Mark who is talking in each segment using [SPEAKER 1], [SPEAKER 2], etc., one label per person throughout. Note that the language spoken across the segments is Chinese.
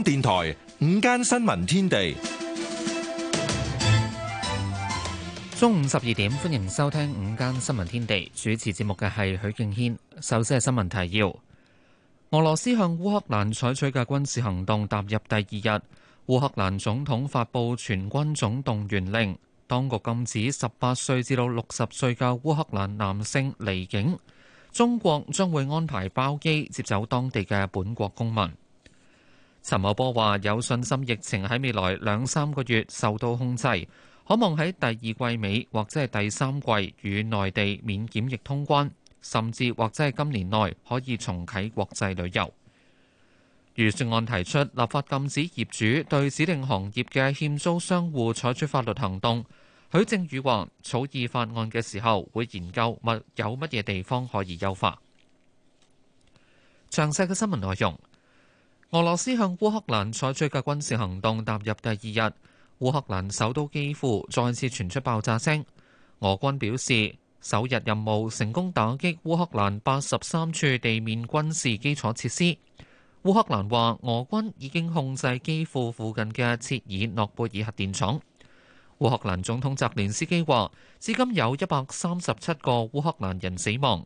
[SPEAKER 1] 電台午間新聞天地，
[SPEAKER 2] 中午12點，歡迎收聽午間新聞天地。主持節目嘅係許敬軒。首先係新聞提要：俄羅斯向烏克蘭採取嘅軍事行動踏入第二日，烏克蘭總統發布全軍總動員令，當局禁止18歲至到60歲嘅烏克蘭男性離境。中國將會安排包機接走當地嘅本國公民。陳茂波話有信心疫情喺未來2-3個月受到控制，可望喺第二季尾或者係第三季與內地免檢疫通關，甚至或者係今年內可以重啟國際旅遊。預算案提出立法禁止業主對指定行業嘅欠租商戶採取法律行動。許正宇話草擬法案嘅時候會研究有乜嘢地方可以優化。詳細嘅新聞內容。俄羅斯向烏克蘭採取嘅軍事行動踏入第二日，烏克蘭首都基輔再次傳出爆炸聲。俄軍表示，首日任務成功打擊烏克蘭83處地面軍事基礎設施。烏克蘭話，俄軍已經控制基輔附近嘅切爾諾貝爾核電廠。烏克蘭總統澤連斯基話，至今有137個烏克蘭人死亡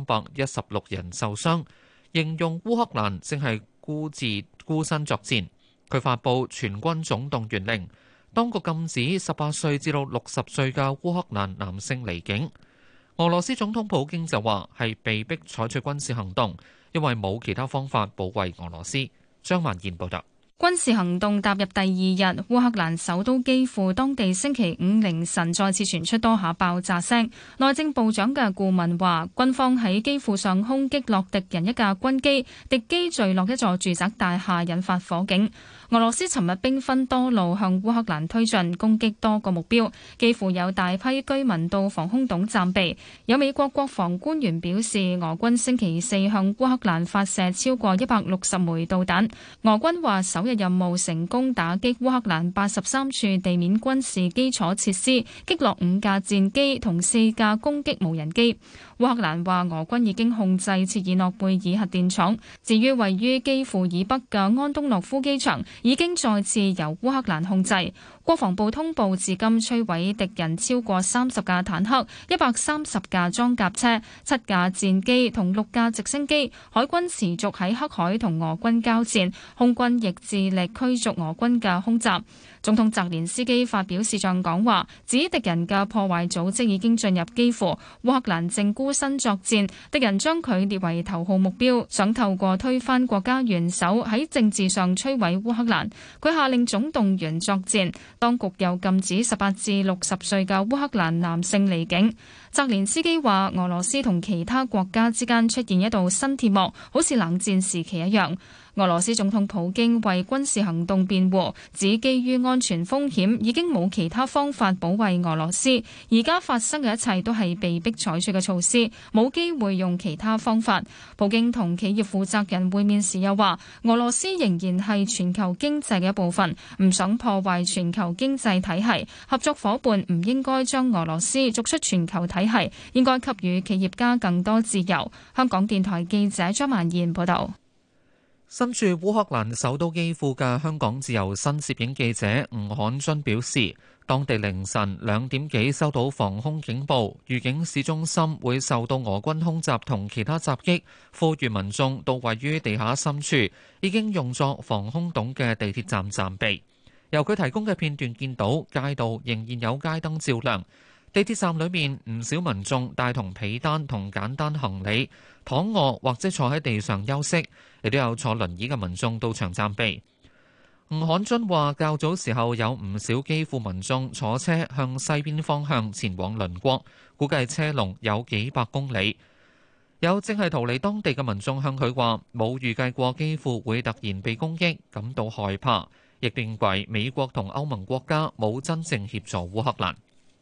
[SPEAKER 2] ，316人受傷，形容烏克蘭正係孤身作戰。佢發布全軍總動員令，當局禁止18歲至到60歲嘅烏克蘭男性離境。俄羅斯總統普京就話係被迫採取軍事行動，因為冇其他方法保衛俄羅斯。張曼燕報道。
[SPEAKER 3] 軍事行動踏入第二日，烏克蘭首都基輔當地星期五凌晨再次傳出多下爆炸聲。內政部長嘅顧問話，軍方喺基輔上空擊落敵人一架軍機，敵機墜落一座住宅大廈，引發火警。俄羅斯尋日兵分多路向烏克蘭推進，攻擊多個目標，幾乎有大批居民到防空洞暫避。有美國國防官員表示，俄軍星期四向烏克蘭發射超過160枚導彈。俄軍話首日任務成功打擊烏克蘭83處地面軍事基礎設施，擊落5架戰機同4架攻擊無人機。烏克蘭話俄軍已經控制切爾諾貝爾核電廠。至於位於基輔以北嘅安東諾夫機場，已經再次由烏克蘭控制。國防部通報至今摧毀敵人超過30架坦克、130架裝甲車、7架戰機同6架直升機。海軍持續喺黑海同俄軍交戰，空軍亦致力驅逐俄軍嘅空襲。總統澤連斯基發表視像講話，指敵人嘅破壞組織已經進入基輔，烏克蘭正孤身作戰，敵人將佢列為頭號目標，想透過推翻國家元首喺政治上摧毀烏克蘭。佢下令總動員作戰，當局又禁止18至60歲嘅烏克蘭男性離境。澤連斯基話，俄羅斯同其他國家之間出現一道新鐵幕，好似冷戰時期一樣。俄羅斯總統普京為軍事行動辯護，指基於安全風險，已經冇其他方法保衛俄羅斯。而家發生嘅一切都係被迫採取嘅措施，冇機會用其他方法。普京同企業負責人會面時又話，俄羅斯仍然係全球經濟嘅一部分，唔想破壞全球經濟體系。合作夥伴唔應該將俄羅斯逐出全球體系，應該給予企業家更多自由。香港電台記者張曼燕報道。
[SPEAKER 2] 身處烏克蘭首都基輔嘅香港自由身攝影記者吳漢津表示，當地凌晨2點幾收到防空警報，預警市中心會受到俄軍空襲同其他襲擊，呼籲民眾到位於地下深處已經用作防空洞嘅地鐵站暫避。由佢提供嘅片段見到，街道仍然有街燈照亮。地鐵站裏面唔少民眾帶同被單同簡單行李，躺臥或者坐喺地上休息，亦都有坐輪椅嘅民眾到場暫避。吳漢津話：較早時候有唔少基輔民眾坐車向西邊方向前往鄰國，估計車龍有幾百公里。有正係逃離當地嘅民眾向佢話：冇預計過基輔會突然被攻擊，感到害怕，亦認為美國同歐盟國家冇真正協助烏克蘭。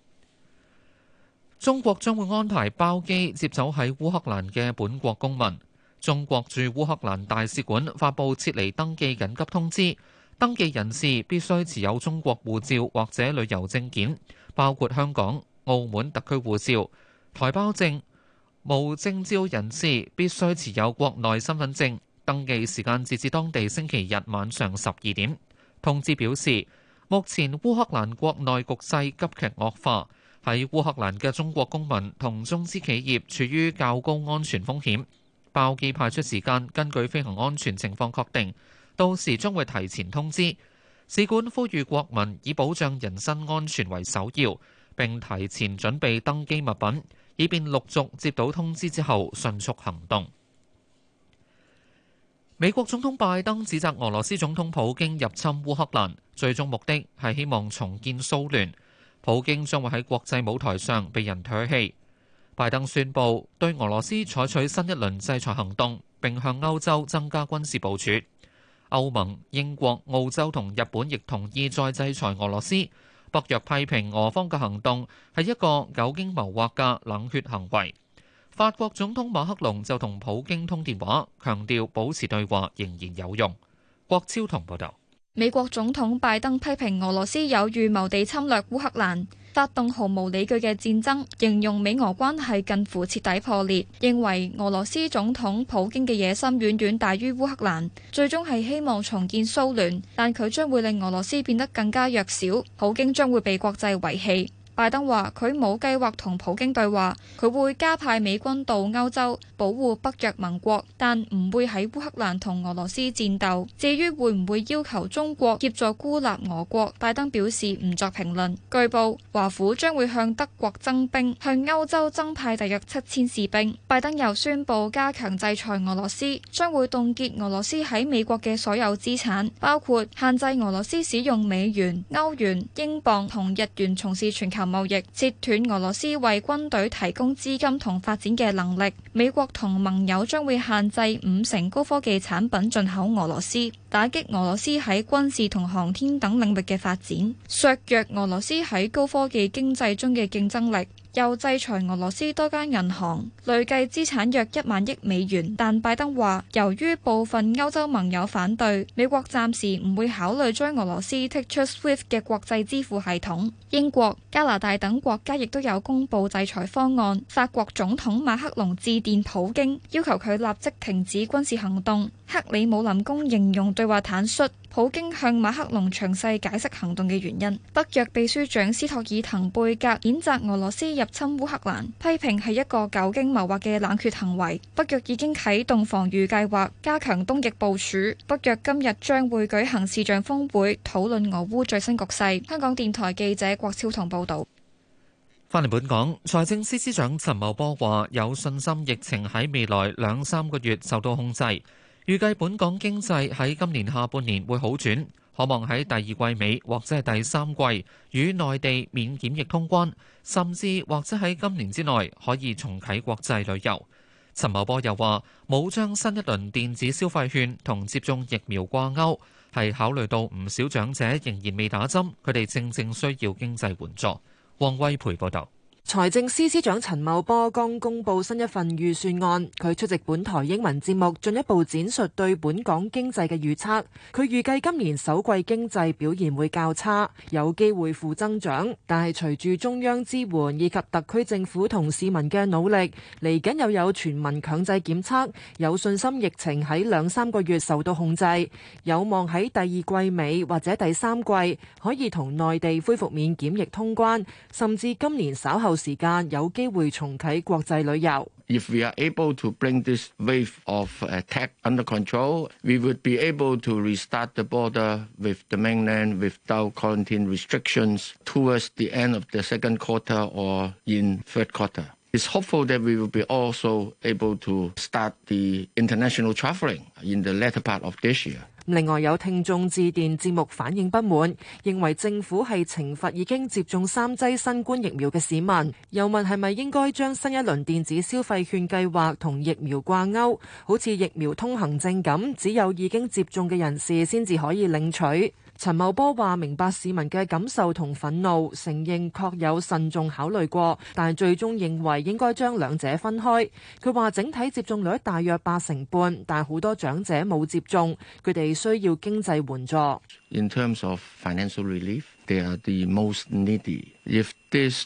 [SPEAKER 2] 中國將會安排包機接走喺烏克蘭嘅本國公民。中國駐烏克蘭大使館發布撤離登記緊急通知，登記人士必須持有中國護照或者旅遊證件，包括香港、澳門特區護照、台胞證。無證照人士必須持有國內身份證， 登記時間截至當地星期日晚上12點。通知表示，目前烏克蘭國內局勢急劇惡化，喺烏克蘭嘅中國公民同中資企業處於較高安全風險。包機派出時間根據飛行安全情況確定，到時將會提前通知。使館呼籲國民以保障人身安全為首要，並提前準備登機物品，以便陸續接到通知之後迅速行動。美國總統拜登指責俄羅斯總統普京入侵烏克蘭，最終目的係希望重建蘇聯。普京將會喺國際舞台上被人唾棄。拜登宣布對俄羅斯採取新一輪制裁行動，並向歐洲增加軍事部署。歐盟、英國、澳洲同日本亦同意再制裁俄羅斯。北約批評俄方嘅行動係一個久經謀劃嘅冷血行為。法國總統馬克龍就同普京通電話，強調保持對話仍然有用。郭超同報道。
[SPEAKER 4] 美國總統拜登批評俄羅斯有預謀地侵略烏克蘭，發動毫無理據嘅戰爭，形容美俄關係近乎徹底破裂，認為俄羅斯總統普京嘅野心遠遠大於烏克蘭，最終係希望重建蘇聯，但佢將會令俄羅斯變得更加弱小，普京將會被國際遺棄。拜登話佢冇計劃同普京對話，佢會加派美軍到歐洲保護北約盟國，但唔會喺烏克蘭同俄羅斯戰鬥。至於會唔會要求中國協助孤立俄國，拜登表示唔作評論。據報，華府將會向德國增兵，向歐洲增派大約7000士兵。拜登又宣布加強制裁俄羅斯，將會凍結俄羅斯喺美國嘅所有資產，包括限制俄羅斯使用美元、歐元、英鎊同日元從事全球貿易，切斷俄羅斯為軍隊提供資金同發展嘅能力。美國同盟友將會限制50%高科技產品進口俄羅斯，打擊俄羅斯喺軍事同航天等領域嘅發展，削弱俄羅斯喺高科技經濟中嘅競爭力。又制裁俄羅斯多間銀行，累計資產約1萬億美元。但拜登話，由於部分歐洲盟友反對，美國暫時唔會考慮將俄羅斯剔出 SWIFT 嘅國際支付系統。英國、加拿大等國家亦都有公布制裁方案。法國總統馬克龍致電普京，要求佢立即停止軍事行動。克里姆林宮形容對話坦率。普京向馬克龍詳細解釋行動嘅原因。北約秘書長斯托爾滕貝格譴責俄羅斯入侵烏克蘭，批評係一個久經謀劃嘅冷血行為。北約已經啟動防禦計劃，加強東翼部署。北約今日將會舉行視像峰會，討論俄烏最新局勢。香港電台記者郭超彤報導。
[SPEAKER 2] 翻嚟本港，財政司司長陳茂波話有信心疫情喺未來2-3個月受到控制。預計本港經濟喺今年下半年會好轉，可望喺第二季尾或者係第三季與內地免檢疫通關，甚至或者喺今年之內可以重啟國際旅遊。陳茂波又話冇將新一輪電子消費券同接種疫苗掛鈎，係考慮到唔少長者仍然未打針，佢哋正需要經濟援助。黃威培報導。
[SPEAKER 5] 財政司司長陳茂波剛公布新一份預算案，佢出席本台英文節目，進一步展述對本港經濟嘅預測。佢預計今年首季經濟表現會較差，有機會負增長，但係隨住中央支援以及特區政府同市民嘅努力，嚟緊又有全民強制檢測，有信心疫情喺2-3個月受到控制，有望喺第二季尾或者第三季可以同內地恢復免檢疫通關，甚至今年稍後時間有機會重啟國際旅遊。
[SPEAKER 6] If we are able to bring this wave of attack under control, we would be able to restart the border with the mainland without quarantine restrictions towards the end of the second quarter or in third quarter. It's hopeful that we will be also able to start the international traveling in the latter part of this year.
[SPEAKER 5] 另外有聽眾致電節目反映不滿，認為政府係懲罰已經接種3劑新冠疫苗嘅市民，又問係咪應該將新一輪電子消費券計劃同疫苗掛鈎，好似疫苗通行證咁，只有已經接種嘅人士先至可以領取。 陳茂波話：明白市民嘅感受同憤怒，承認確有慎重考慮過，但最終認為應該將兩者分開。佢話整體接種率大約8成半，但好多長者冇接種，佢哋需要經濟援助。
[SPEAKER 6] In terms of financial relief, they are the most needy. If this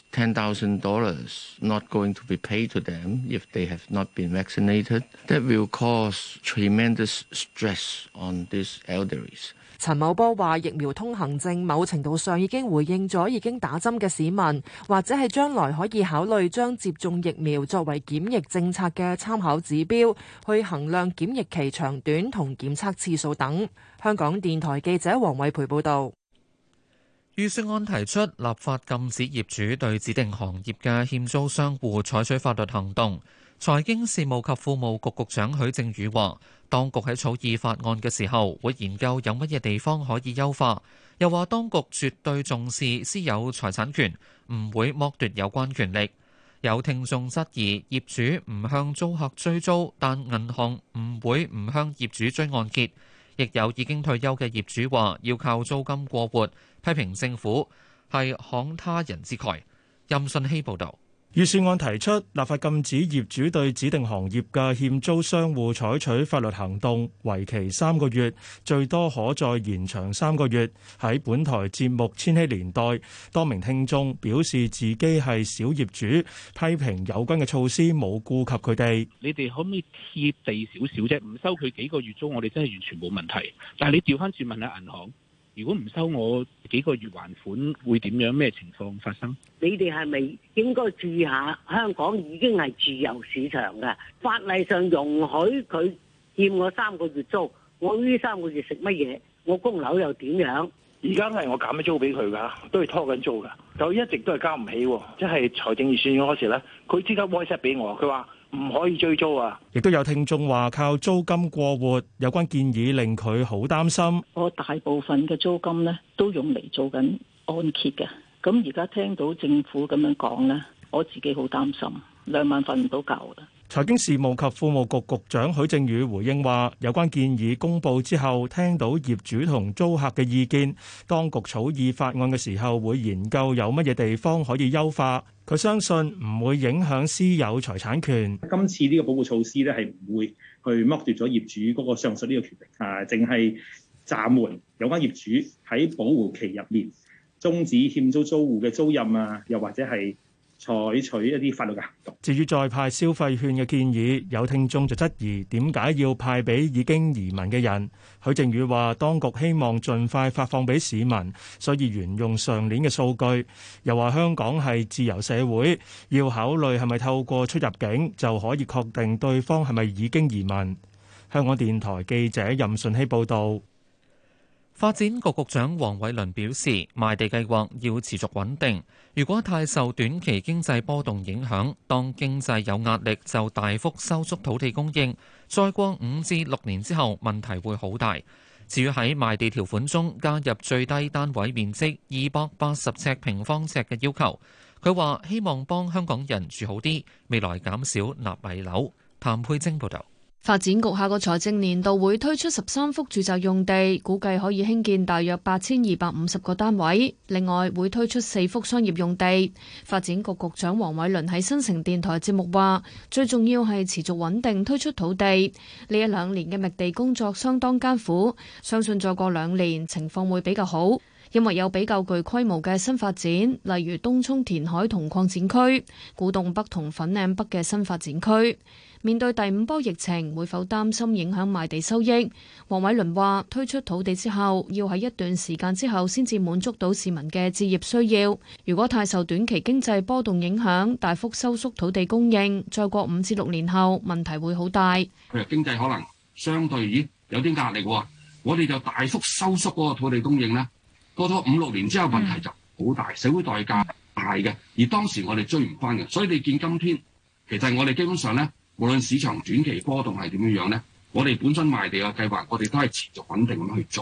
[SPEAKER 6] $10,000 not going to be paid to them, if they have not been vaccinated, that will cause tremendous stress on these elderlies.
[SPEAKER 5] 陳茂波話：疫苗通行證某程度上已經回應咗已經打針嘅市民，或者係將來可以考慮將接種疫苗作為檢疫政策嘅參考指標，去衡量檢疫期長短同檢測次數等。香港電台記者黃惠培報導。
[SPEAKER 2] 預算案提出立法禁止業主對指定行業嘅欠租商戶採取法律行動。財經事務及庫務局局長許正宇話，當局喺草擬法案嘅時候會研究有乜嘢地方可以優化。又話當局絕對重視私有財產權，唔會剝奪有關權力。有聽眾質疑業主唔向租客追租，但銀行唔會唔向業主追按揭。亦有已經退休嘅業主話要靠租金過活，批評政府係慷他人之慨。任信希報導。
[SPEAKER 7] 預算案提出立法禁止業主對指定行業嘅欠租商戶採取法律行動，為期3個月，最多可再延長3個月。喺本台節目《千禧年代》，多名聽眾表示自己係小業主，批評有關嘅措施冇顧及佢哋。
[SPEAKER 8] 你哋可唔可以貼地少少啫？唔收佢幾個月租，我哋真係完全冇問題。但係你調翻轉問下銀行，如果唔收我幾個月還款，會點樣？咩情況發生？
[SPEAKER 9] 你哋係咪應該注意下？香港已經係自由市場嘅，法例上容許佢欠我3個月租，我呢3個月食乜嘢？我供樓又點樣？
[SPEAKER 10] 而家係我減咗租俾佢㗎，都係拖緊租㗎，就一直都係交唔起。即係財政預算嗰時咧，佢即刻 WhatsApp 俾我，佢話唔可以追租啊！
[SPEAKER 7] 亦都有聽眾話靠租金過活，有關建議令佢好擔心。
[SPEAKER 11] 我大部分嘅租金呢都用嚟做緊按揭嘅，咁而家聽到政府咁樣講呢，我自己好擔心，2晚瞓唔到覺啦。
[SPEAKER 7] 財經事務及庫務局局長許正宇回應話，有關建議公佈之後，聽到業主同租客嘅意見，當局草擬法案嘅時候會研究有乜嘢地方可以優化。佢相信唔會影響私有財產權。
[SPEAKER 12] 今次呢個保護措施咧係唔會去剝奪咗業主嗰個上述呢個權力，淨係暫緩有關業主喺保護期入面終止欠租租戶嘅租賃啊，又或者係採取一啲法律嘅行動。
[SPEAKER 7] 至於再派消費券嘅建議，有聽眾就質疑點解要派俾已經移民嘅人。許正宇話：當局希望盡快發放俾市民，所以沿用上年嘅數據。又話香港係自由社會，要考慮係咪透過出入境就可以確定對方係咪已經移民。香港電台記者任順希報導。
[SPEAKER 2] 發展局局長黃偉綸表示，賣地計劃要持續穩定，如果太受短期經濟波動影響，當經濟有壓力就大幅收縮土地供應，再過5至6年之後問題會好大。至於喺賣地條款中加入最低單位面積280尺平方尺嘅要求，佢話希望幫香港人住好啲，未來減少納米樓。譚佩晶報導。
[SPEAKER 13] 發展局下個財政年度會推出13幅住宅用地，估計可以興建大約8250個單位。另外會推出4幅商業用地。發展局局長黃偉綸喺新城電台節目話，最重要係持續穩定推出土地。呢1-2年嘅覓地工作相當艱苦，相信再過2年情況會比較好，因為有比較具規模嘅新發展，例如東涌填海同擴展區、古洞北同粉嶺北嘅新發展區。面對第5波疫情，會否擔心影響賣地收益？黃偉綸話：推出土地之後，要喺一段時間之後先至滿足到市民嘅置業需要。如果太受短期經濟波動影響，大幅收縮土地供應，再過5至6年後，問題會好大。
[SPEAKER 14] 佢話經濟可能相對有啲壓力喎，我哋就大幅收縮嗰個土地供應咧，過咗5、6年之後問題就好大，社會代價大嘅，而當時我哋追唔翻嘅，所以你見今天其實我哋基本上咧。無論市場短期波動係點樣呢，我哋本身賣地嘅計劃，我哋都係持續穩定咁去做。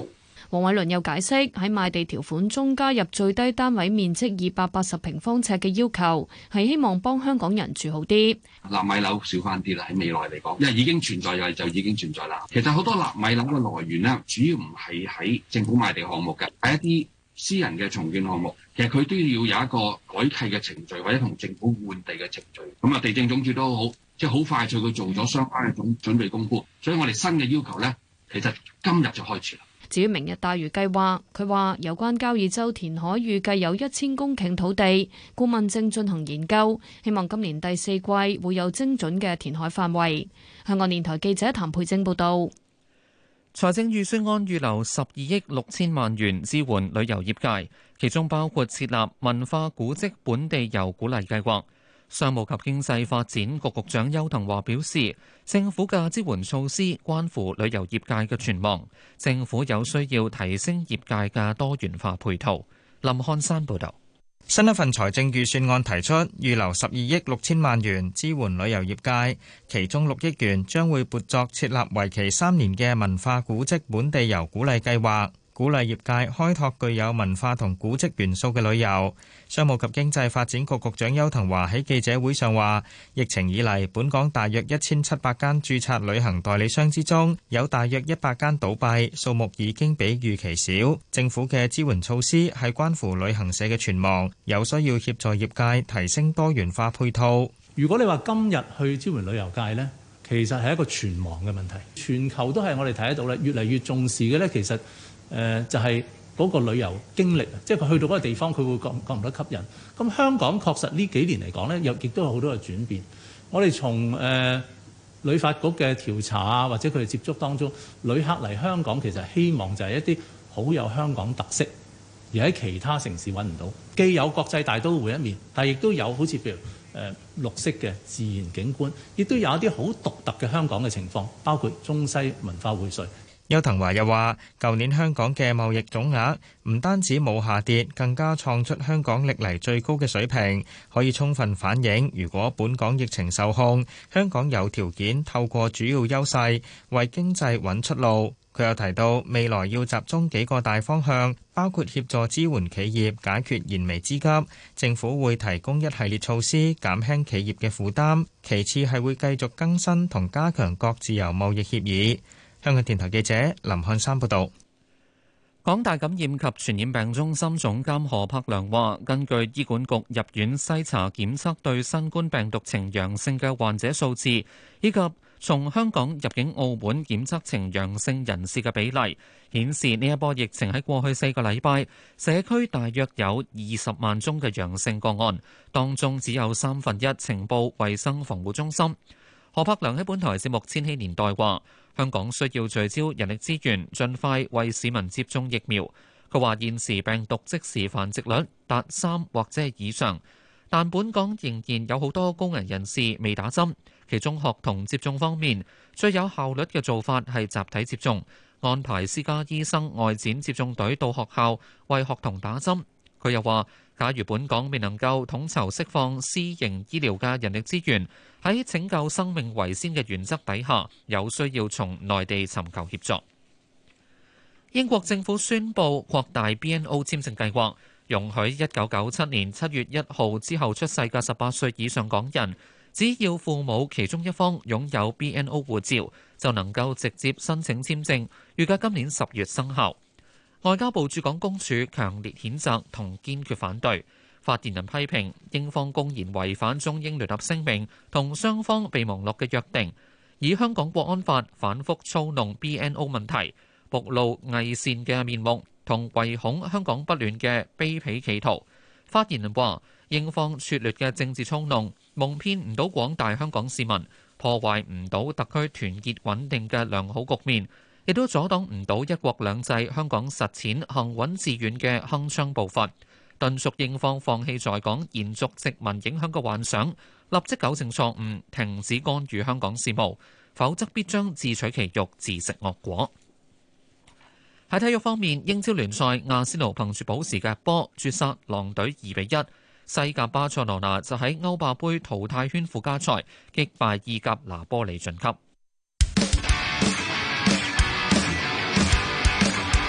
[SPEAKER 13] 黃偉綸又解釋喺賣地條款中加入最低單位面積280平方尺嘅要求，係希望幫香港人住好啲。
[SPEAKER 14] 納米樓少翻啲啦，喺未來嚟講，因為已經存在嘅就已經存在啦。其實好多納米樓嘅來源呢，主要唔係喺政府賣地項目嘅，係一啲私人嘅重建項目。其實佢都要有一個改契嘅程序，或者同政府換地嘅程序。咁啊，地政總署都好，即係好快脆佢做咗相關嘅準備功夫。所以我哋新嘅要求呢，其實今日就開始啦。
[SPEAKER 13] 至於明日大嶼計劃，佢話有關交椅洲填海預計有1000公頃土地，顧問正進行研究，希望今年第4季會有精準嘅填海範圍。香港電台記者譚佩晶報導。
[SPEAKER 2] 財政預算案預留12億6千萬元支援旅遊業界，其中包括設立文化古蹟本地遊鼓勵計劃。商務及經濟發展局局長邱騰華表示，政府嘅支援措施關乎旅遊業界嘅存亡，政府有需要提升業界嘅多元化配套。林漢山報導。
[SPEAKER 15] 新一份財政預算案提出預留12億6千萬元支援旅遊業界，其中6億元將會撥作設立為期3年嘅文化古蹟本地遊鼓勵計劃，鼓勵業界開拓具有文化同古蹟元素嘅旅遊。商務及經濟發展局局長邱騰華喺記者會上話，疫情以嚟，本港大約1700間註冊旅行代理商之中，有大約100間倒閉，數目已經比預期少。政府嘅支援措施係關乎旅行社嘅存亡，有需要協助業界提升多元化配套。
[SPEAKER 16] 如果你話今日去支援旅遊界呢，其實係一個存亡嘅問題，全球都係我哋睇得到咧，越嚟越重視嘅呢，其實就係嗰個旅遊經歷，即係佢去到嗰個地方，佢會覺唔得吸引。咁香港確實呢幾年嚟講呢，亦都有好多嘅轉變。我哋從旅發局嘅調查啊，或者佢哋接觸當中，旅客嚟香港其實希望就係一啲好有香港特色，而喺其他城市揾唔到。既有國際大都會一面，但係亦都有好似譬如綠色嘅自然景觀，亦都有一啲好獨特嘅香港嘅情況，包括中西文化薈萃。
[SPEAKER 15] 邱騰華又話，舊年香港嘅貿易總額唔單止冇下跌，更加創出香港歷嚟最高嘅水平，可以充分反映，如果本港疫情受控，香港有條件透過主要優勢為經濟揾出路。佢又提到，未來要集中幾個大方向，包括協助支援企業解決燃眉之急，政府會提供一系列措施減輕企業嘅負擔，其次係會繼續更新同加強各自由貿易協議。香港電台記者林漢山報道。
[SPEAKER 2] 港大感染及傳染病中心總監何柏良話，根據醫管局入院篩查檢測對新冠病毒呈陽性嘅患者數字，以及從香港入境澳門檢測呈陽性人士嘅比例，顯示呢一波疫情喺過去4個禮拜，社區大約有20萬宗嘅陽性個案，當中只有1/3呈報衛生防護中心。何柏良喺本台節目《千禧年代》話，香港需要聚焦人力資源，盡快為市民接種疫苗。佢話現時病毒即時繁殖率達3或者以上，但本港仍然有好多高危人士未打針。其中學童接種方面，最有效率嘅做法係集體接種，安排私家醫生外展接種隊到學校為學童打針。佢又話，假如本港未能夠統籌釋放私營醫療嘅人力資源，喺拯救生命為先嘅原則底下，有需要從內地尋求協助。英國政府宣布擴大 BNO 簽證計劃，容許1997年7月1號之後出世嘅18歲以上港人，只要父母其中一方擁有 BNO 護照，就能夠直接申請簽證，預計今年10月生效。外交部駐港公署強烈譴責同堅決反對，發言人批評英方公然違反中英聯合聲明同雙方備忘錄嘅約定，以香港國安法反覆操弄 BNO 問題，暴露偽善嘅面目同唯恐香港不亂嘅卑鄙企圖。發言人話，英方拙劣嘅政治操弄蒙騙唔到廣大香港市民，破壞唔到特區團結穩定嘅良好局面，亦都阻擋唔到一國兩制香港實踐行穩致遠嘅鏗鏘步伐。敦促英方放棄在港延續殖民影響嘅幻想，立即糾正錯誤，停止干預香港事務，否則必將自取其辱，自食惡果。喺體育方面，英超聯賽阿仙奴憑住補時嘅入波絕殺狼隊2-1，西甲巴塞羅那就喺歐霸杯淘汰圈附加賽擊敗意甲拿波里晉級。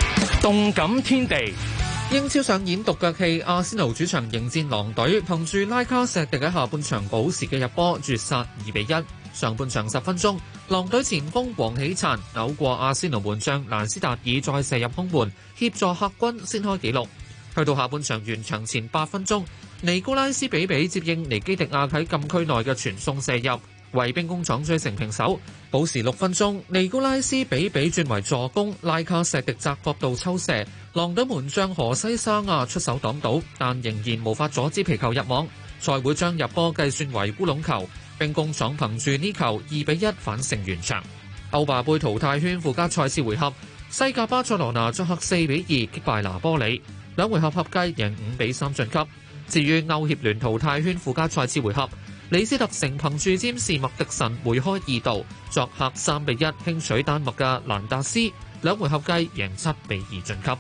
[SPEAKER 17] 動感天地。
[SPEAKER 2] 英超上演獨腳戲，阿仙奴主場迎戰狼隊，憑住拉卡錫迪喺下半場補時嘅入波絕殺2-1。上半場10分鐘，狼隊前鋒黃喜燦扭過阿仙奴門將蘭斯達爾再射入空門，協助客軍先開紀錄。去到下半場完場前8分鐘，尼高拉斯比比接應尼基迪亞喺禁區內嘅傳送射入，為兵工廠追成平手。補時6分鐘，尼高拉斯比比轉為助攻，拉卡錫迪窄角度抽射，狼隊門將何西沙亞出手擋到，但仍然無法阻止皮球入網。賽會將入波計算為烏龍球，兵工廠憑住呢球2-1反勝完場。歐霸盃淘汰圈附加賽次回合，西甲巴塞羅那作客4-2擊敗拿波里，兩回合合計贏5-3晉級。至於歐協聯淘汰圈附加賽次回合，李斯特城憑住詹士麥迪臣梅開2度，作客3-1輕取丹麥嘅蘭達斯，兩回合計贏7-2晉級。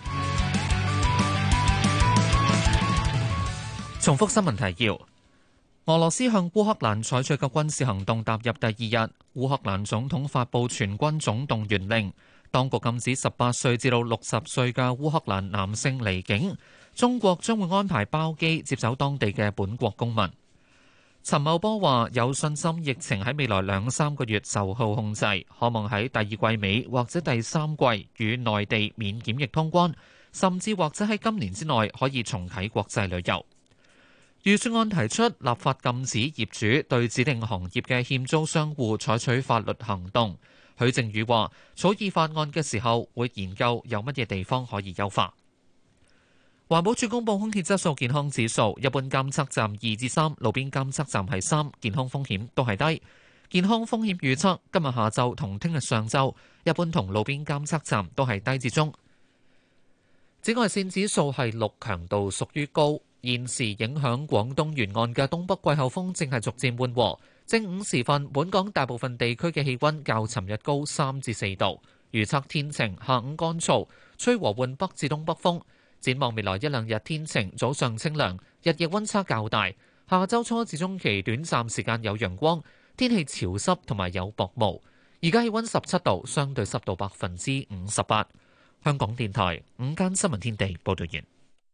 [SPEAKER 2] 重複新聞提要：俄羅斯向烏克蘭採取嘅軍事行動踏入第2日，烏克蘭總統發布全軍總動員令，當局禁止18歲至到60歲嘅烏克蘭男性離境。中國將會安排包機接走當地嘅本國公民。陳茂波話有信心疫情喺未來2-3個月受控控制，可望喺第2季尾或者第3季與內地免檢疫通關，甚至或者喺今年之內可以重啟國際旅遊。預算案提出立法禁止業主對指定行業嘅欠租商戶採取法律行動。許正宇話草擬法案嘅時候會研究有乜嘢地方可以優化。環保署公布空氣質素健康指數，一般監測站2至3，路邊監測站係3，健康風險都係低。健康風險預測今日下晝同聽日上晝，一般同路邊監測站都係低至中。紫外線指數係6，強度屬於高。現時影響廣東沿岸嘅東北季候風正係逐漸緩和。正午時分，本港大部分地區嘅氣溫較尋日高3至4度。預測天晴，下午乾燥，吹和緩北至東北風。展望未來1-2日天晴，早上清涼，日夜溫差較大。下週初至中期短暫時間有陽光，天氣潮濕同埋有薄霧。而家氣溫17度，相對濕度58%。香港電台午間新聞天地報道完。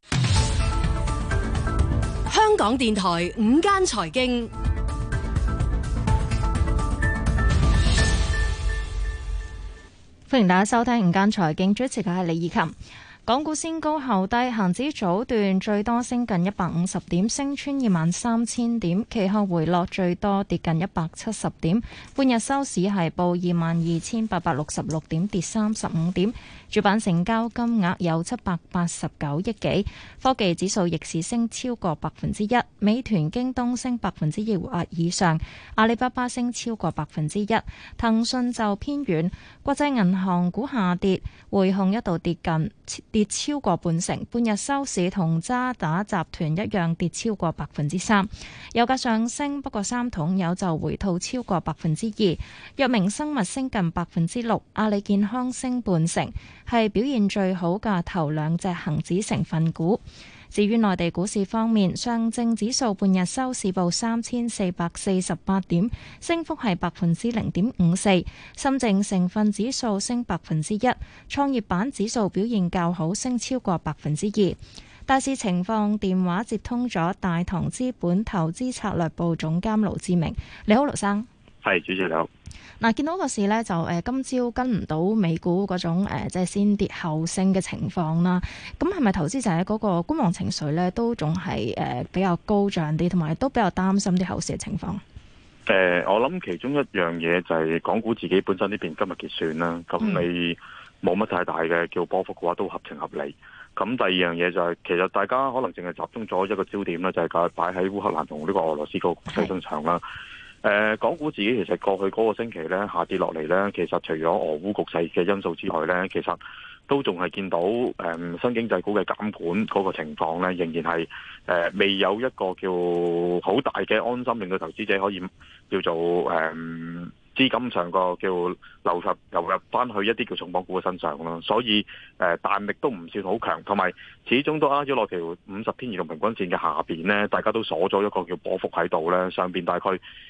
[SPEAKER 18] 香港電台午間財經，
[SPEAKER 19] 歡迎大家收聽午間財經，主持嘅係李以琴。港股先高後低，恒指早段最多升近150點，升穿23,000點，其後回落最多跌近170點，半日收市係報22,866點，跌35點。主板成交金額有789億幾，科技指數逆市升超過1%，美團、京東升2%或以上，阿里巴巴升超過1%，騰訊就偏軟，國際銀行股下跌，匯控一度跌超過半成，半日收市同渣打集團一樣跌超過3%。油價上升，不過三桶油就回吐超過2%，藥明生物升近6%，阿里健康升半成，係表現最好嘅頭兩隻恒指成分股。至於內地股市方面，上證指數半日收市報3,448點，升幅係0.54%；深證成分指數升1%；創業板指數表現較好，升超過2%。大市情況，電話接通咗大唐資本投資策略部總監盧志明。你好，盧生。
[SPEAKER 20] 係，主持你好。
[SPEAKER 19] 嗱，見到個市咧就今朝跟唔到美股嗰種即係先跌後升嘅情況啦。咁係咪投資者嗰個觀望情緒咧都仲係比較高漲啲，同埋都比較擔心啲後市嘅情況？
[SPEAKER 20] 我諗其中一樣嘢就係港股自己本身呢邊今日結算啦。咁你冇乜太大嘅叫波幅嘅話，都合情合理。咁第二樣嘢就係其實大家可能淨係集中咗一個焦點啦，就係擺喺烏克蘭同呢個俄羅斯個國際身上啦。港股自己其實過去嗰個星期咧下跌落嚟咧，其實除咗俄烏局勢嘅因素之外咧，其實都仲係見到新經濟股嘅監管嗰個情況咧，仍然係未有一個叫好大嘅安心，令到投資者可以叫做資金上個叫流入翻去一啲叫重磅股嘅身上咯，所以彈力都唔算好強，同埋始終都挨咗落條50天移動平均線嘅下邊呢，大家都鎖咗一個叫波幅喺度呢，上邊大概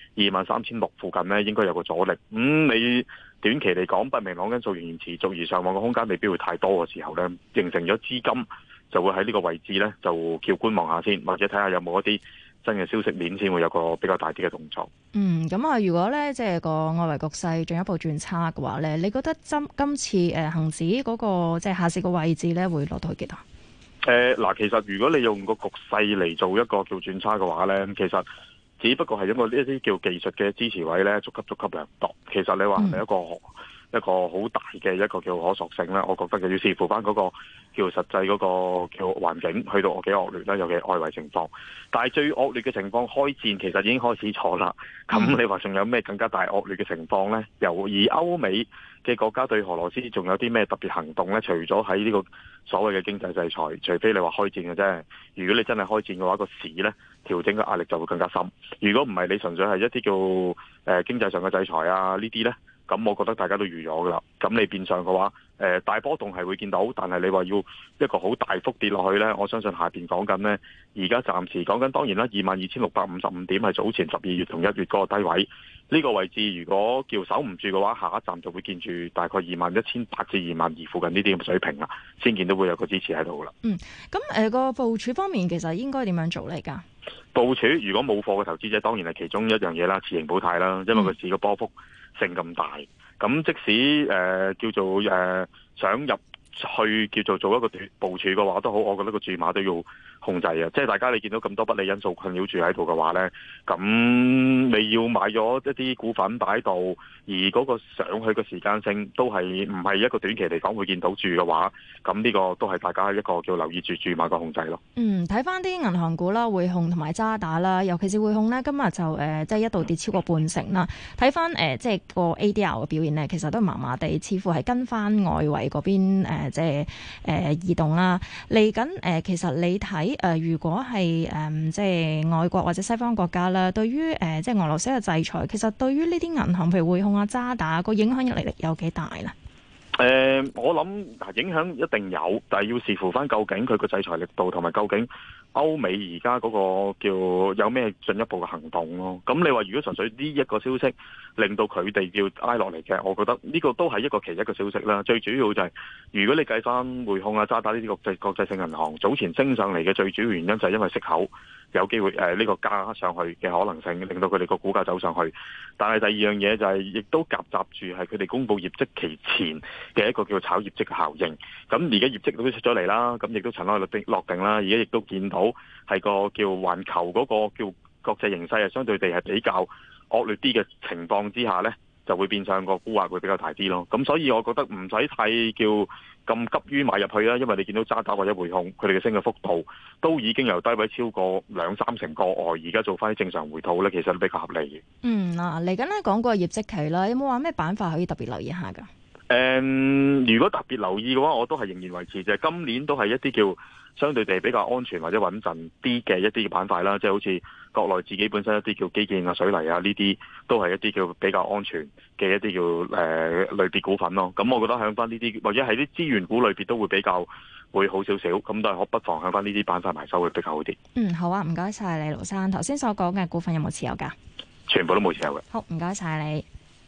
[SPEAKER 20] 23,600附近呢應該有個阻力。你短期嚟講不明朗因素仍然持續，而上望嘅空間未必會太多嘅時候呢，形成咗資金就會喺呢個位置呢，就叫觀望下先，或者睇下有冇一啲新嘅消息面先會有個比較大啲嘅動作。
[SPEAKER 19] 咁啊，如果咧即係個外圍局勢進一步轉差嘅話咧，你覺得今次恆指嗰個即係下市個位置咧會落到去幾多？
[SPEAKER 20] 嗱，其實如果你用個局勢嚟做一個叫轉差嘅話咧，其實只不過係因為呢一啲叫技術嘅支持位咧，逐級量度。其實你話係咪一個好大嘅一個叫可塑性咧？我覺得就要視乎翻嗰個叫實際嗰個叫環境去到幾惡劣啦，尤其外圍情況。但係最惡劣嘅情況開戰其實已經開始咗啦。咁你話仲有咩更加大惡劣嘅情況咧？而歐美嘅國家對俄羅斯仲有啲咩特別行動咧？除咗喺呢個所謂嘅經濟制裁，除非你話開戰嘅啫。如果你真係開戰嘅話，個市咧調整嘅壓力就會更加深。如果唔係你純粹係一啲叫經濟上嘅制裁啊呢啲咧，咁我覺得大家都預咗噶啦。咁你變相嘅話，大波動係會見到，但係你話要一個好大幅跌落去呢，我相信下邊講緊呢，而家暫時講緊，當然啦，22,655點係早前12月同1月嗰個低位，呢個位置如果叫守唔住嘅話，下一站就會見住大概21,800至22,200附近呢啲咁水平啦，先見到會有個支持喺度噶啦。
[SPEAKER 19] 咁個部署方面其實應該點樣做嚟㗎？
[SPEAKER 20] 部署如果冇貨嘅投資者，當然係其中一樣嘢啦，持盈保泰啦，因為個市個波幅性咁大，咁即使叫做想入去叫做做一個部署嘅話都好，我覺得個注碼都要控制啊！即係大家你見到咁多不利因素困擾住喺度嘅話呢，咁你要買咗一啲股份擺喺度，而嗰個上去嘅時間性都係唔係一個短期嚟講會見到住嘅話，咁呢個都係大家一個叫留意住注碼嘅控制咯。
[SPEAKER 19] 睇翻啲銀行股啦，匯控同埋渣打啦，尤其是匯控呢，今日就即係一度跌超過半成啦。睇翻即係個 ADR 嘅表現呢，其實都麻麻地，似乎係跟翻外圍嗰邊即係移動啦。嚟緊其實你睇如果係即係外國或者西方國家啦，對於即係俄羅斯嘅制裁，其實對於呢啲銀行譬如匯控啊、渣打個影響力有幾大咧？
[SPEAKER 20] 我諗影響一定有，但係要視乎翻究竟佢個制裁力度同埋究竟歐美而家嗰個叫有咩進一步嘅行動咯。咁你話如果純粹呢一個消息令到佢哋要挨落嚟嘅，我覺得呢個都係一個其一嘅消息啦。最主要就係如果你計翻匯控啊、渣打呢啲國際性銀行早前升上嚟嘅最主要原因就係因為息口有機會呢個加上去嘅可能性，令到佢哋個股價走上去。但係第二樣嘢就係亦都夾雜住係佢哋公布業績期前嘅一個叫炒業績嘅效應。咁而家業績都出咗嚟啦，咁亦都塵埃落定啦。而家亦都見到係個叫環球嗰個叫國際形勢係相對地係比較惡劣啲嘅情況之下呢，就會變相個沽壓會比較大啲咯。咁所以我覺得唔使太叫咁急於買入去啦，因為你見到渣打或者匯控佢哋嘅升嘅幅度都已經由低位超過2-3成個外，而家做翻啲正常回吐咧，其實都比較合理嘅。
[SPEAKER 19] 嚟緊咧講個業績期啦，有冇話咩板塊可以特別留意下㗎？
[SPEAKER 20] 如果特別留意嘅話，我都係仍然維持就係今年都係一啲叫相對地比較安全或者穩陣啲嘅一啲嘅板塊啦，即係好似國內自己本身一啲叫基建啊、水泥啊呢啲，都係一啲叫比較安全嘅一啲叫類別股份咯。咁我覺得向翻呢啲或者係啲資源股類別都會比較會好少少，咁但係我不妨向翻呢啲板塊埋手會比較好啲。
[SPEAKER 19] 好啊，唔該晒你，盧生。頭先所講嘅股份有冇持有㗎？
[SPEAKER 20] 全部都冇持有嘅。
[SPEAKER 19] 好，唔該晒你。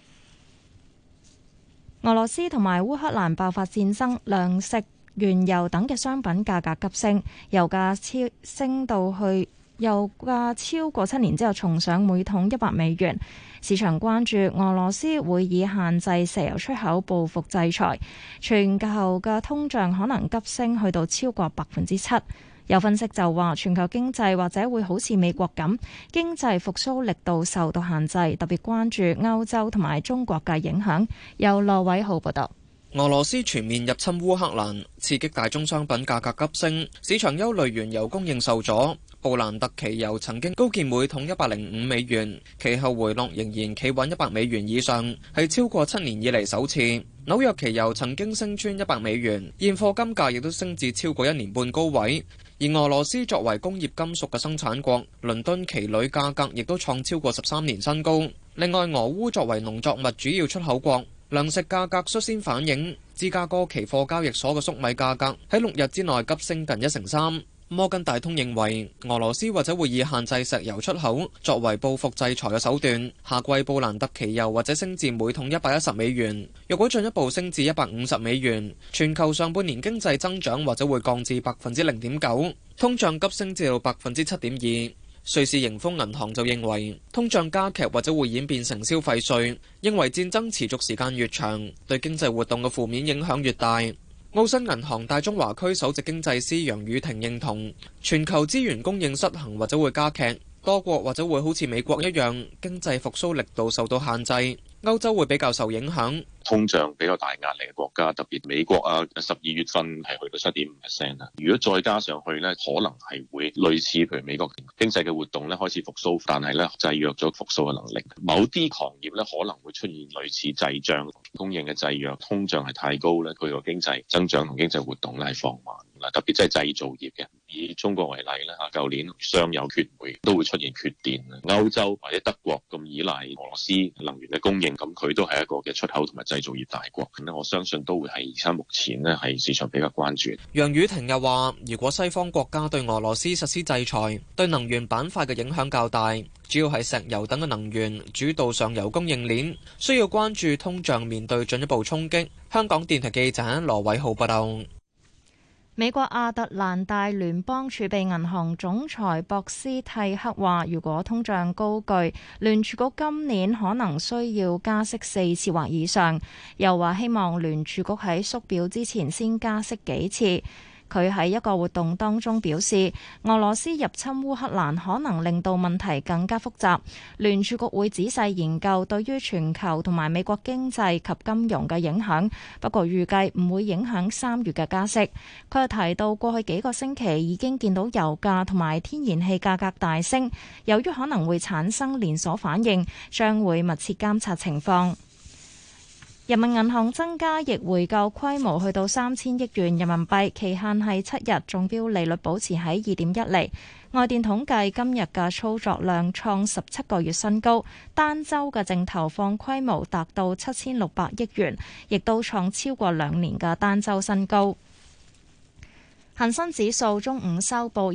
[SPEAKER 19] 俄羅斯同埋烏克蘭爆發戰爭，糧食、原油等嘅商品價格急升，油價超過7年之後重上每桶$100。市場關注俄羅斯會以限制石油出口報復制裁，全球嘅通脹可能急升去到超過7%。有分析就話，全球經濟或者會好似美國咁，經濟復甦力度受到限制，特別關注歐洲同埋中國嘅影響。由羅偉浩報道。
[SPEAKER 2] 俄羅斯全面入侵烏克蘭，刺激大宗商品價格急升，市場憂慮原油供應受阻。布蘭特期油曾經高見每桶$105，其後回落仍然企穩$100以上，係超過7年以嚟首次。紐約期油曾經升穿$100，現貨金價亦都升至超過1年半高位。而俄羅斯作為工業金屬嘅生產國，倫敦期鋁價格亦都創超過13年新高。
[SPEAKER 17] 另外，俄烏作為農作物主要出口國，糧食價格率先反映。芝加哥期貨交易所嘅粟米價格喺6日之內急升近1成3。摩根大通認為俄羅斯或者會以限制石油出口作為報復制裁嘅手段。夏季布蘭特期油或者升至每桶$110，若果進一步升至$150，全球上半年經濟增長或者會降至0.9%，通脹急升至到7.2%。瑞士盈豐銀行就認為通脹加劇或者會演變成消費稅，認為戰爭持續時間越長，對經濟活動嘅負面影響越大。澳新銀行大中華區首席經濟師楊宇霆認同，全球資源供應失衡或者會加劇，多國或者會好似美國一樣，經濟復甦力度受到限制。歐洲會比較受影響，
[SPEAKER 21] 通脹比較大壓力嘅國家，特別美國啊，12月份係去到7.5%啦。如果再加上去咧，可能係會類似譬如美國經濟嘅活動咧開始復甦，但係咧制約咗復甦嘅能力。某啲行業咧可能會出現類似滯脹，供應嘅制約，通脹係太高咧，佢個經濟增長同經濟活動咧係放慢。特別即係製造業嘅，以中國為例咧嚇，舊年上游缺煤都會出現缺電。歐洲或者德國咁依賴俄羅斯能源嘅供應，咁佢都係一個嘅出口同埋製造業大國。咁我相信都會係而家目前呢係市場比較關注。
[SPEAKER 17] 楊宇霆又話，如果西方國家對俄羅斯實施制裁，對能源板塊嘅影響較大，主要係石油等嘅能源主導上游供應鏈，需要關注通脹面對進一步衝擊。香港電台記者羅偉浩報道。
[SPEAKER 19] 美國亞特蘭大聯邦儲備銀行總裁博斯蒂克話，如果通脹高居，聯儲局今年可能需要加息4次或以上。又話希望聯儲局喺縮表之前先加息幾次。佢喺一個活動當中表示，俄羅斯入侵烏克蘭可能令到問題更加複雜，聯儲局會仔細研究對於全球同埋美國經濟及金融嘅影響，不過預計唔會影響3月嘅加息。佢又提到過去幾個星期已經見到油價同埋天然氣價格大升，由於可能會產生連鎖反應，將會密切監察情況。人民銀行增加逆回購規模去到3000億元人民幣，期限係7日，中標利率保持喺2.1厘。外電統計今日嘅操作量創17個月新高，單週嘅淨投放規模達到7600億元，亦都創超過2年嘅單週新高。恒生指數中午收報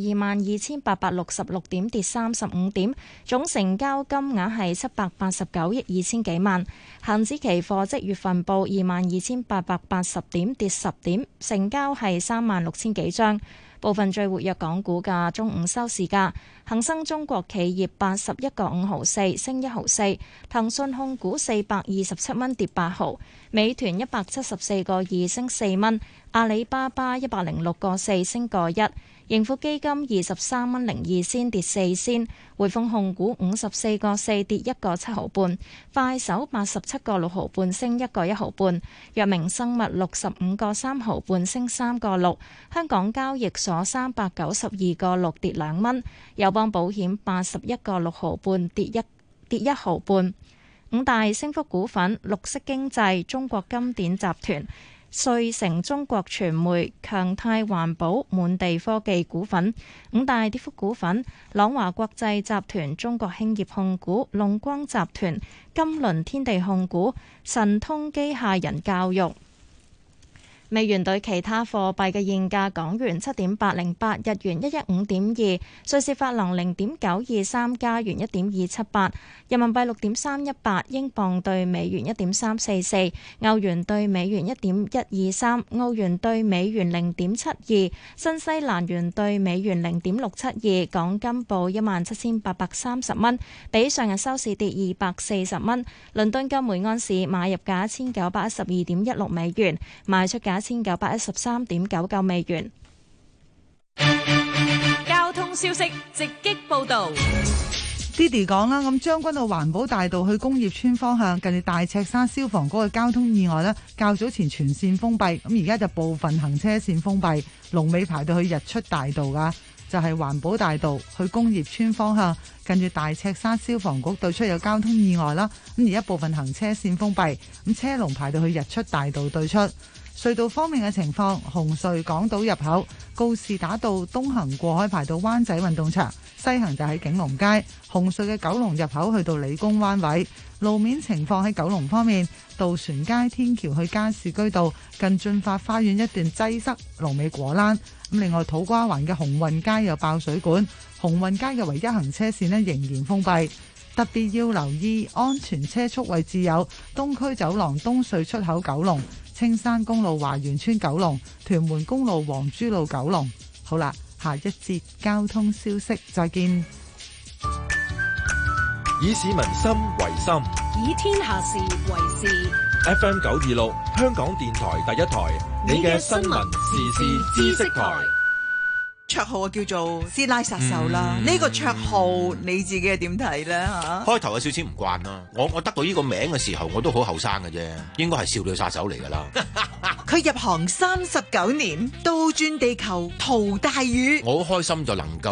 [SPEAKER 19] 22,866點，跌35點，總成交金額係789億2千幾萬。恒指期貨即月份報22,880點，跌10點，成交係36,000幾張。部分最活躍港股嘅中午收市價，恒生中國企業81個5毫4升1毫4，騰訊控股427蚊跌8毫，美團174個2升4蚊，阿里巴巴106個4升個1，盈富基金23蚊02仙跌4仙，匯豐控股54個4跌1個7毫半，快手87個6毫半升1個1毫半，藥明生物65個3毫半升3個6，香港交易所392個6跌2蚊，友邦保險81個6毫半跌1毫半。五大升幅股份：綠色經濟、中國金典集團、瑞誠中國傳媒、強泰環保、滿地科技股份。五大跌幅股份：朗華國際集團、中國興業控股、龍光集團、金輪天地控股、神通機械人教育。美元對其他貨幣嘅現價：港元7.808，日元115.2，瑞士法郎0.923，加元1.278，人民幣6.318，英鎊對美元1.344，歐元對美元1.123，澳元對美元0.72，新西蘭元對美元0.672。港金報17,830蚊，比上日收市跌240蚊。倫敦金每安士買入價1912.16美元，賣出價1913.99美元。
[SPEAKER 18] 交通消息直擊報道。
[SPEAKER 22] Diddy 講啦，咁將軍澳環保大道去工業村方向，近住大赤山消防局嘅交通意外呢，較早前全線封閉，咁而家就部分行車線封閉，龍尾排到去日出大道噶，就係環保大道去工業村方向，近住大赤山消防局對出有交通意外啦，咁而家部分行車線封閉，咁車龍排到去日出大道對出。隧道方面嘅情況，紅隧港島入口告士打道東行過海排到灣仔運動場， 西行就喺景隆街，紅隧嘅九龍入口去到理工灣位。路面情況喺九龍方面，渡船街天橋去加士居道近駿發花園一段擠塞，龍尾果欄。咁另外土瓜灣嘅鴻運街有爆水管，鴻運街嘅唯一行車線呢仍然封閉。特別要留意安全車速位置有東區走廊東隧出口九龍、青山公路華園村九龍、屯門公路黃珠路九龍。好啦，下一節交通消息再見。
[SPEAKER 1] 以市民心為心，
[SPEAKER 18] 以天下事為事。
[SPEAKER 1] FM 926香港電台第一台，你嘅新聞時事知識台。
[SPEAKER 3] 綽號啊叫做師奶殺手啦，呢個綽號你自己係點睇咧嚇？
[SPEAKER 23] 開頭有少少唔慣啦，我得到呢個名嘅時候，我都好後生嘅啫，應該係少女殺手嚟㗎啦。
[SPEAKER 3] 佢入行39年，倒轉地球淘大魚。
[SPEAKER 23] 我好開心就能夠